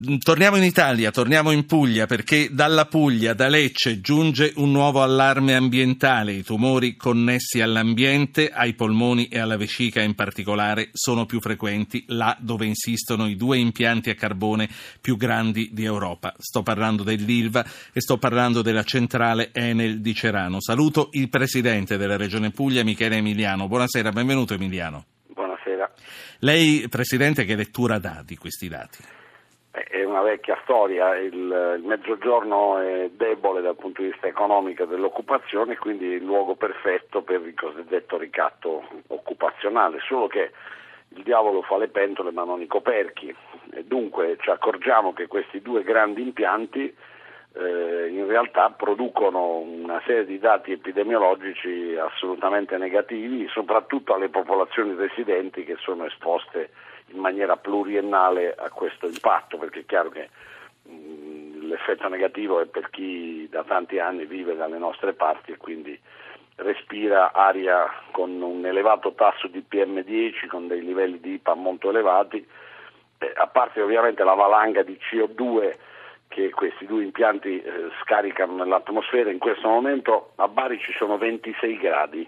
Torniamo in Italia, torniamo in Puglia, perché dalla Puglia, da Lecce, giunge un nuovo allarme ambientale. I tumori connessi all'ambiente, ai polmoni e alla vescica in particolare, sono più frequenti là dove insistono i 2 impianti a carbone più grandi di Europa. Sto parlando dell'Ilva e sto parlando della centrale Enel di Cerano. Saluto il presidente della Regione Puglia, Michele Emiliano. Buonasera, benvenuto Emiliano. Buonasera. Lei, presidente, che lettura dà di questi dati? È una vecchia storia, il Mezzogiorno è debole dal punto di vista economico dell'occupazione, quindi è il luogo perfetto per il cosiddetto ricatto occupazionale, solo che il diavolo fa le pentole ma non i coperchi, e dunque ci accorgiamo che questi 2 grandi impianti in realtà producono una serie di dati epidemiologici assolutamente negativi, soprattutto alle popolazioni residenti che sono esposte in maniera pluriennale a questo impatto, perché è chiaro che l'effetto negativo è per chi da tanti anni vive dalle nostre parti e quindi respira aria con un elevato tasso di PM10, con dei livelli di IPA molto elevati, a parte ovviamente la valanga di CO2 che questi 2 impianti scaricano nell'atmosfera. In questo momento a Bari ci sono 26 gradi,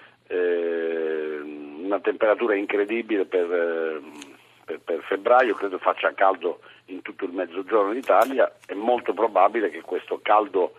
una temperatura incredibile per febbraio. Credo faccia caldo in tutto il mezzogiorno d'Italia. È molto probabile che questo caldo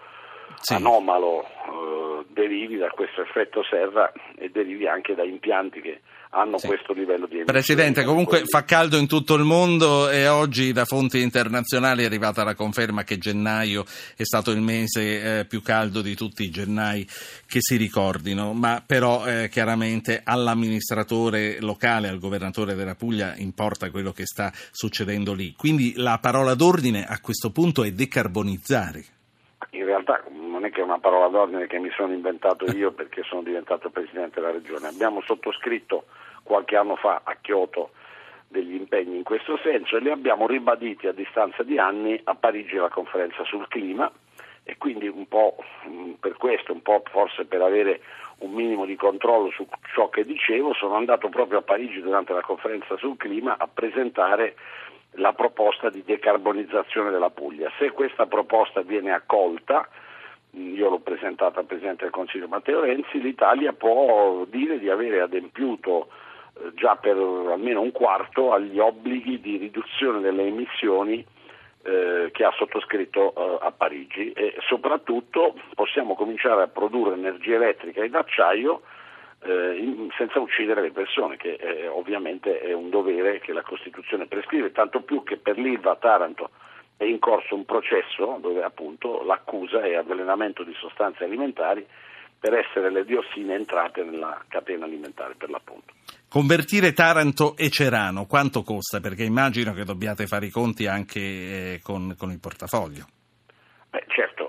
anomalo derivi da questo effetto serra e derivi anche da impianti che hanno questo livello di emissione. Presidente, comunque fa caldo in tutto il mondo e oggi da fonti internazionali è arrivata la conferma che gennaio è stato il mese più caldo di tutti i gennai che si ricordino, ma però chiaramente all'amministratore locale, al governatore della Puglia importa quello che sta succedendo lì. Quindi la parola d'ordine a questo punto è decarbonizzare. In realtà non è che è una parola d'ordine che mi sono inventato io perché sono diventato presidente della regione. Abbiamo sottoscritto qualche anno fa a Kyoto degli impegni in questo senso e li abbiamo ribaditi a distanza di anni a Parigi alla conferenza sul clima, e quindi un po' per questo, un po' forse per avere un minimo di controllo su ciò che dicevo, sono andato proprio a Parigi durante la conferenza sul clima a presentare la proposta di decarbonizzazione della Puglia. Se questa proposta viene accolta, io l'ho presentata al Presidente del Consiglio Matteo Renzi, l'Italia può dire di avere adempiuto già per almeno un quarto agli obblighi di riduzione delle emissioni che ha sottoscritto a Parigi, e soprattutto possiamo cominciare a produrre energia elettrica ed acciaio senza uccidere le persone, che ovviamente è un dovere che la Costituzione prescrive, tanto più che per l'Ilva Taranto è in corso un processo dove appunto l'accusa è avvelenamento di sostanze alimentari per essere le diossine entrate nella catena alimentare, per l'appunto. Convertire Taranto e Cerano quanto costa? Perché immagino che dobbiate fare i conti anche con il portafoglio. Certo,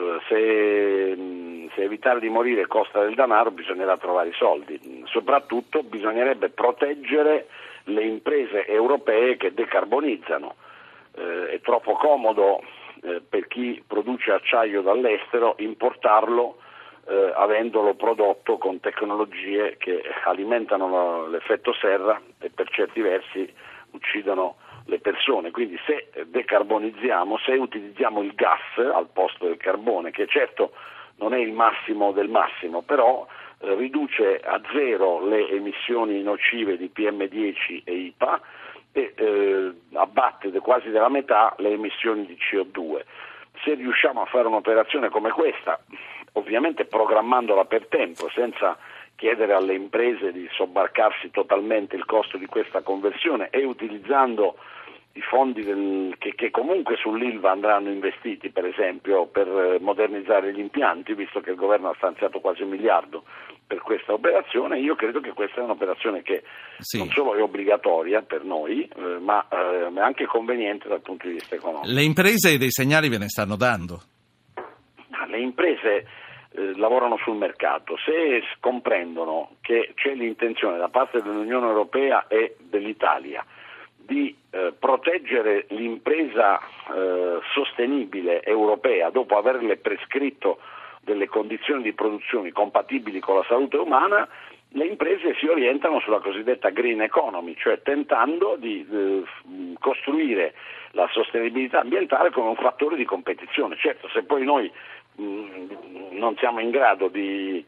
se evitare di morire costa del denaro bisognerà trovare i soldi, soprattutto bisognerebbe proteggere le imprese europee che decarbonizzano. È troppo comodo per chi produce acciaio dall'estero importarlo avendolo prodotto con tecnologie che alimentano l'effetto serra e per certi versi uccidono le persone. Quindi se decarbonizziamo, se utilizziamo il gas al posto del carbone, che certo non è il massimo del massimo, però riduce a zero le emissioni nocive di PM10 e IPA e abbatte quasi della metà le emissioni di CO2. Se riusciamo a fare un'operazione come questa, ovviamente programmandola per tempo, senza chiedere alle imprese di sobbarcarsi totalmente il costo di questa conversione e utilizzando i fondi che comunque sull'Ilva andranno investiti, per esempio per modernizzare gli impianti, visto che il governo ha stanziato quasi 1 miliardo per questa operazione, io credo che questa è un'operazione che non solo è obbligatoria per noi, ma è anche conveniente dal punto di vista economico. Le imprese dei segnali ve ne stanno dando? Le imprese lavorano sul mercato. Se comprendono che c'è l'intenzione da parte dell'Unione Europea e dell'Italia di proteggere l'impresa sostenibile europea dopo averle prescritto delle condizioni di produzione compatibili con la salute umana, le imprese si orientano sulla cosiddetta green economy, cioè tentando di costruire la sostenibilità ambientale come un fattore di competizione. Certo, se poi noi non siamo in grado di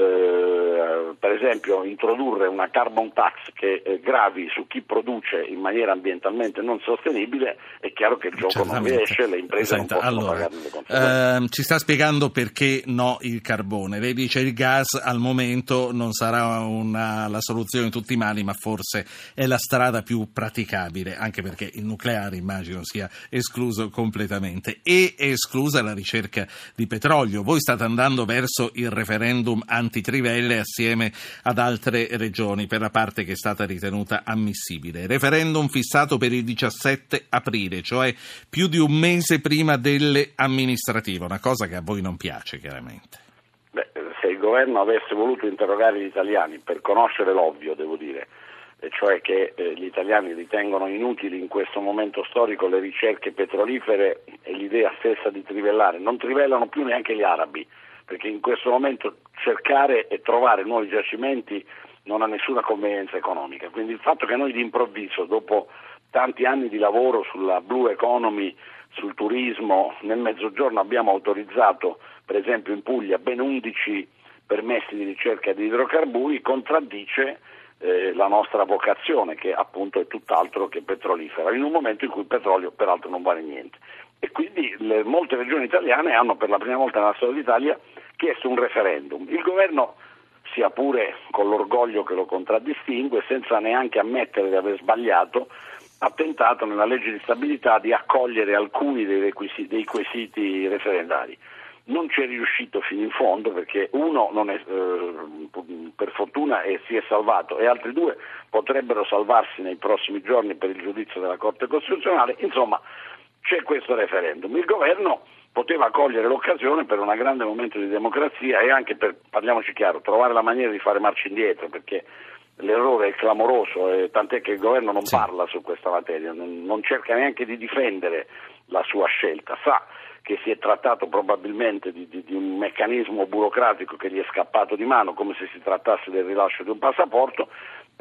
per esempio introdurre una carbon tax che gravi su chi produce in maniera ambientalmente non sostenibile, è chiaro che il gioco non riesce, le imprese non possono pagarne le conseguenze. Ci sta spiegando perché no il carbone. Lei dice il gas al momento non sarà la soluzione di tutti i mali, ma forse è la strada più praticabile, anche perché il nucleare immagino sia escluso completamente. E è esclusa la ricerca di petrolio. Voi state andando verso il referendum antitrivelle assieme ad altre regioni per la parte che è stata ritenuta ammissibile. Referendum fissato per il 17 aprile, cioè più di un mese prima delle amministrative, una cosa che a voi non piace chiaramente. Se il governo avesse voluto interrogare gli italiani per conoscere l'ovvio, devo dire, e cioè che gli italiani ritengono inutili in questo momento storico le ricerche petrolifere e l'idea stessa di trivellare, non trivellano più neanche gli arabi, perché in questo momento cercare e trovare nuovi giacimenti non ha nessuna convenienza economica. Quindi il fatto che noi d'improvviso, dopo tanti anni di lavoro sulla blue economy, sul turismo, nel mezzogiorno abbiamo autorizzato, per esempio in Puglia, ben 11 permessi di ricerca di idrocarburi, contraddice la nostra vocazione, che appunto è tutt'altro che petrolifera, in un momento in cui il petrolio peraltro non vale niente. E quindi molte regioni italiane hanno per la prima volta nella storia d'Italia chiesto un referendum. Il governo, sia pure con l'orgoglio che lo contraddistingue, senza neanche ammettere di aver sbagliato, ha tentato nella legge di stabilità di accogliere alcuni dei quesiti referendari. Non ci è riuscito fino in fondo perché uno non è, per fortuna si è salvato, e altri due potrebbero salvarsi nei prossimi giorni per il giudizio della Corte Costituzionale. Insomma, c'è questo referendum. Il governo poteva cogliere l'occasione per un grande momento di democrazia e anche per, parliamoci chiaro, trovare la maniera di fare marcia indietro, perché l'errore è clamoroso, tant'è che il governo non parla su questa materia, non cerca neanche di difendere la sua scelta, sa che si è trattato probabilmente di un meccanismo burocratico che gli è scappato di mano, come se si trattasse del rilascio di un passaporto,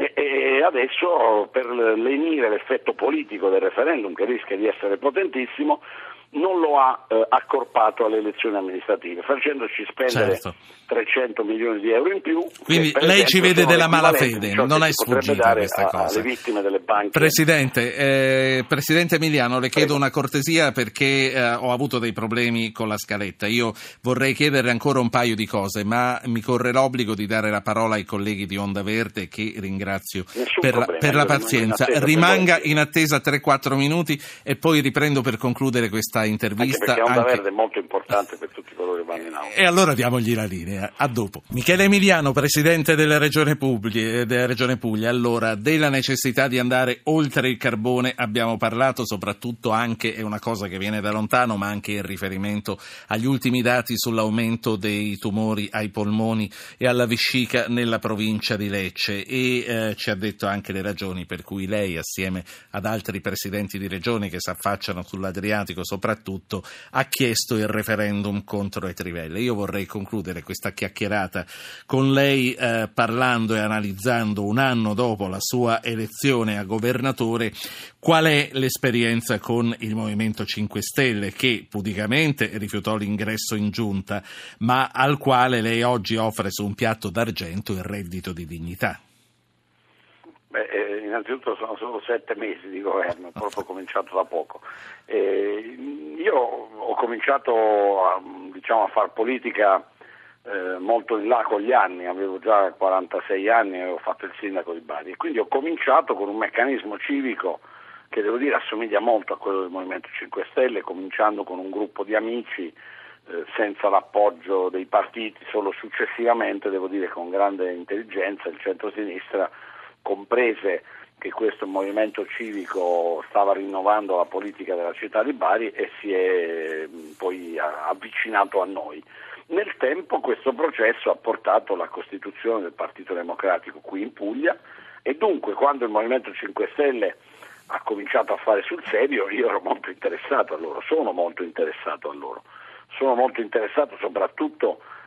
e adesso, per lenire l'effetto politico del referendum, che rischia di essere potentissimo, non lo ha accorpato alle elezioni amministrative, facendoci spendere 300 milioni di euro in più. Quindi lei ci vede della malafede, non è sfuggita questa cosa. Alle vittime delle banche. Presidente Emiliano, le chiedo una cortesia perché ho avuto dei problemi con la scaletta. Io vorrei chiedere ancora un paio di cose, ma mi corre l'obbligo di dare la parola ai colleghi di Onda Verde, che ringrazio per la pazienza. Rimanga in attesa 3-4 minuti e poi riprendo per concludere questa intervista. Anche perché Onda Verde è molto importante per tutti coloro che vanno in aula. E allora diamogli la linea. A dopo. Michele Emiliano, presidente della Regione Puglia. Allora, della necessità di andare oltre il carbone abbiamo parlato, soprattutto anche, è una cosa che viene da lontano, ma anche in riferimento agli ultimi dati sull'aumento dei tumori ai polmoni e alla vescica nella provincia di Lecce, e ci ha detto anche le ragioni per cui lei, assieme ad altri presidenti di regioni che si affacciano sull'Adriatico soprattutto, ha chiesto il referendum contro le trivelle. Io vorrei concludere questa chiacchierata con lei parlando e analizzando, un anno dopo la sua elezione a governatore, qual è l'esperienza con il Movimento 5 Stelle, che pudicamente rifiutò l'ingresso in giunta, ma al quale lei oggi offre su un piatto d'argento il reddito di dignità. Innanzitutto sono solo 7 mesi di governo, proprio cominciato da poco. Io ho cominciato a far politica molto in là con gli anni, avevo già 46 anni e ho fatto il sindaco di Bari, e quindi ho cominciato con un meccanismo civico che, devo dire, assomiglia molto a quello del Movimento 5 Stelle, cominciando con un gruppo di amici senza l'appoggio dei partiti, solo successivamente, devo dire con grande intelligenza, il centro-sinistra comprese che questo movimento civico stava rinnovando la politica della città di Bari e si è poi avvicinato a noi. Nel tempo questo processo ha portato alla costituzione del Partito Democratico qui in Puglia, e dunque quando il Movimento 5 Stelle ha cominciato a fare sul serio io ero molto interessato a loro, sono molto interessato soprattutto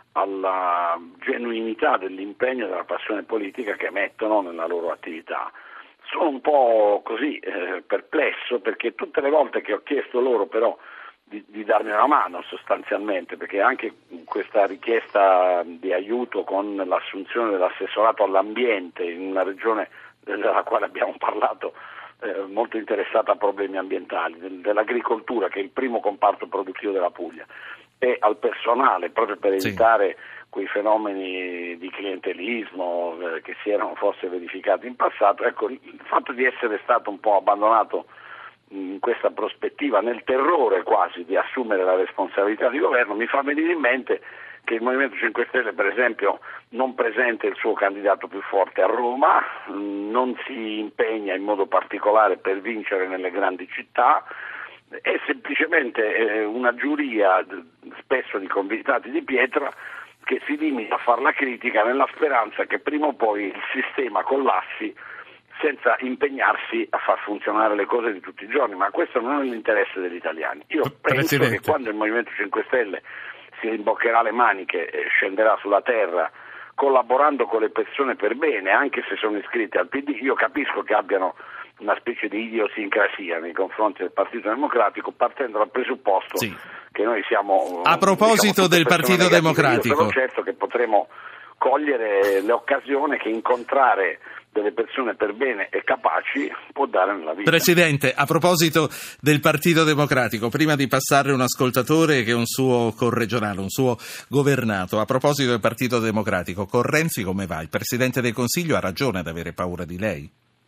alla genuinità dell'impegno e della passione politica che mettono nella loro attività. Sono un po' così perplesso, perché tutte le volte che ho chiesto loro però di darmi una mano sostanzialmente, perché anche questa richiesta di aiuto con l'assunzione dell'assessorato all'ambiente in una regione della quale abbiamo parlato molto interessata a problemi ambientali, dell'agricoltura, che è il primo comparto produttivo della Puglia, e al personale, proprio per evitare quei fenomeni di clientelismo che si erano forse verificati in passato. Ecco, il fatto di essere stato un po' abbandonato in questa prospettiva, nel terrore quasi di assumere la responsabilità di governo, mi fa venire in mente che il Movimento 5 Stelle, per esempio, non presenta il suo candidato più forte a Roma, non si impegna in modo particolare per vincere nelle grandi città, è semplicemente una giuria spesso di convitati di pietra che si limita a fare la critica nella speranza che prima o poi il sistema collassi, senza impegnarsi a far funzionare le cose di tutti i giorni, ma questo non è l'interesse degli italiani. Io penso che quando il Movimento 5 Stelle si rimboccherà le maniche e scenderà sulla terra collaborando con le persone per bene, anche se sono iscritte al PD, io capisco che abbiano una specie di idiosincrasia nei confronti del Partito Democratico, partendo dal presupposto che noi siamo... A proposito del Partito Democratico, io sono certo che potremo cogliere l'occasione che incontrare delle persone per bene e capaci può dare nella vita. Presidente, a proposito del Partito Democratico, prima di passare un ascoltatore che è un suo corregionale, un suo governato, a proposito del Partito Democratico, con Renzi come va? Il Presidente del Consiglio ha ragione ad avere paura di lei?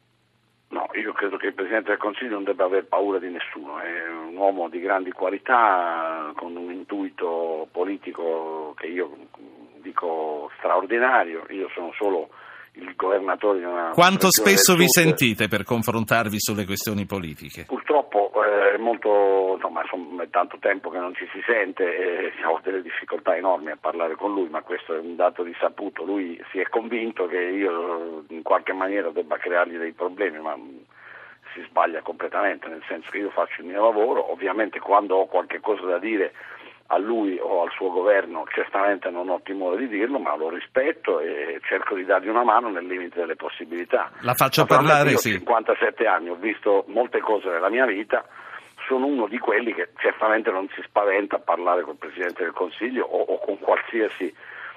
No, io credo che il Presidente del Consiglio non debba aver paura di nessuno, è un uomo di grandi qualità, con un intuito politico che io dico straordinario. Io sono solo il governatore di una... Quanto spesso vi sentite per confrontarvi sulle questioni politiche? Purtroppo è molto, è tanto tempo che non ci si sente e ho delle difficoltà enormi a parlare con lui, ma questo è un dato risaputo. Lui si è convinto che io in qualche maniera debba creargli dei problemi, ma si sbaglia completamente, nel senso che io faccio il mio lavoro, ovviamente quando ho qualche cosa da dire a lui o al suo governo certamente non ho timore di dirlo, ma lo rispetto e cerco di dargli una mano nel limite delle possibilità. La faccio parlare, io ho sì. 57 anni, ho visto molte cose nella mia vita, sono uno di quelli che certamente non si spaventa a parlare col Presidente del Consiglio o con qualsiasi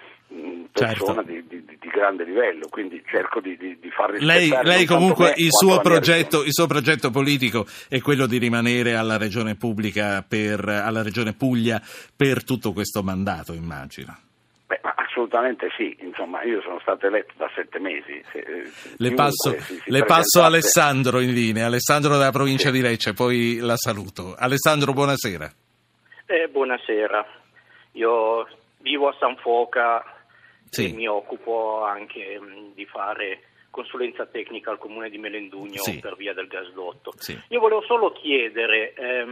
persona di grande livello, quindi cerco di far rispettare. Lei comunque il suo progetto politico è quello di rimanere alla Regione Puglia per tutto questo mandato, immagino. Beh, ma assolutamente sì, insomma io sono stato eletto da 7 mesi. Le passo Alessandro in linea, Alessandro della provincia di Lecce, poi la saluto. Alessandro, buonasera. Buonasera, io vivo a San Foca. Sì. E mi occupo anche di fare consulenza tecnica al comune di Melendugno per via del gasdotto. Sì. Io volevo solo chiedere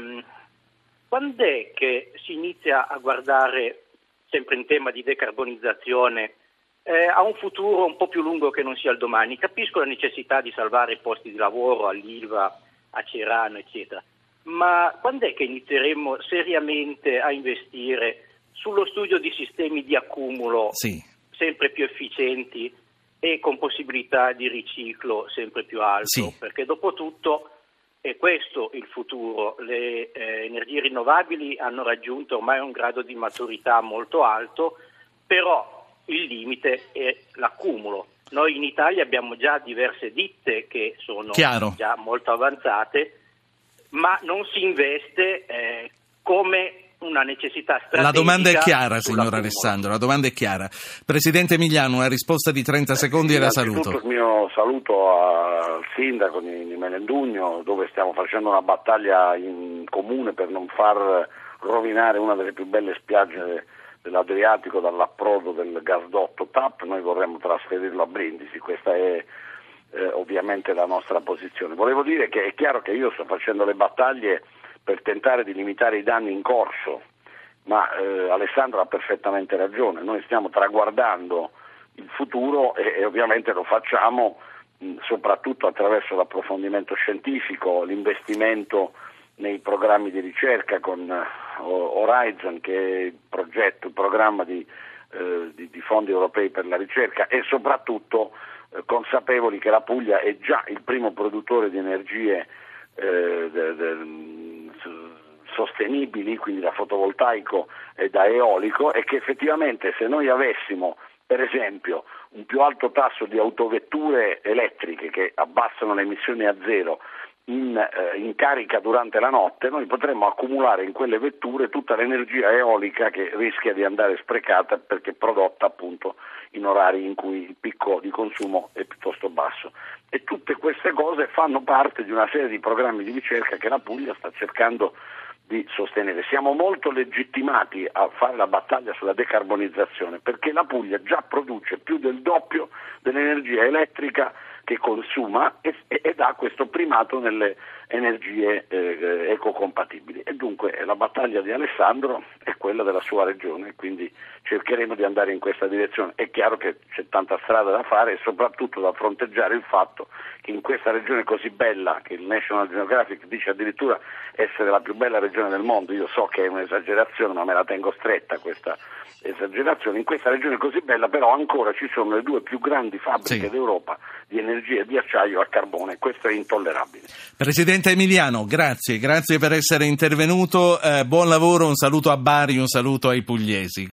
quando è che si inizia a guardare, sempre in tema di decarbonizzazione, a un futuro un po' più lungo che non sia il domani. Capisco la necessità di salvare i posti di lavoro all'Ilva, a Cerano, eccetera, ma quando è che inizieremo seriamente a investire sullo studio di sistemi di accumulo sempre più efficienti e con possibilità di riciclo sempre più alto? Perché dopo tutto è questo il futuro. Le energie rinnovabili hanno raggiunto ormai un grado di maturità molto alto, però il limite è l'accumulo. Noi in Italia abbiamo già diverse ditte che sono già molto avanzate, ma non si investe come una necessità strategica. La domanda è chiara, signor Alessandro, la domanda è chiara. Presidente Emiliano, una risposta di 30 secondi e la saluto. Il mio saluto al sindaco di Melendugno, dove stiamo facendo una battaglia in comune per non far rovinare una delle più belle spiagge dell'Adriatico dall'approdo del gasdotto TAP. Noi vorremmo trasferirlo a Brindisi, questa è ovviamente la nostra posizione. Volevo dire che è chiaro che io sto facendo le battaglie per tentare di limitare i danni in corso, ma Alessandro ha perfettamente ragione, noi stiamo traguardando il futuro e ovviamente lo facciamo soprattutto attraverso l'approfondimento scientifico, l'investimento nei programmi di ricerca con Horizon, che è il programma di di fondi europei per la ricerca e soprattutto consapevoli che la Puglia è già il primo produttore di energie sostenibili, quindi da fotovoltaico e da eolico, e che effettivamente se noi avessimo per esempio un più alto tasso di autovetture elettriche che abbassano le emissioni a zero in carica durante la notte, noi potremmo accumulare in quelle vetture tutta l'energia eolica che rischia di andare sprecata perché prodotta appunto in orari in cui il picco di consumo è piuttosto basso. E tutte queste cose fanno parte di una serie di programmi di ricerca che la Puglia sta cercando di sostenere. Siamo molto legittimati a fare la battaglia sulla decarbonizzazione perché la Puglia già produce più del doppio dell'energia elettrica che consuma ed ha questo primato nelle energie ecocompatibili, e dunque la battaglia di Alessandro è quella della sua regione, quindi cercheremo di andare in questa direzione. È chiaro che c'è tanta strada da fare e soprattutto da fronteggiare il fatto che in questa regione così bella, che il National Geographic dice addirittura essere la più bella regione del mondo, io so che è un'esagerazione ma me la tengo stretta questa esagerazione, in questa regione così bella però ancora ci sono le due più grandi fabbriche d'Europa di energia e di acciaio a carbone. Questo è intollerabile. Presidente Emiliano, grazie per essere intervenuto, buon lavoro, un saluto a Bari, un saluto ai pugliesi.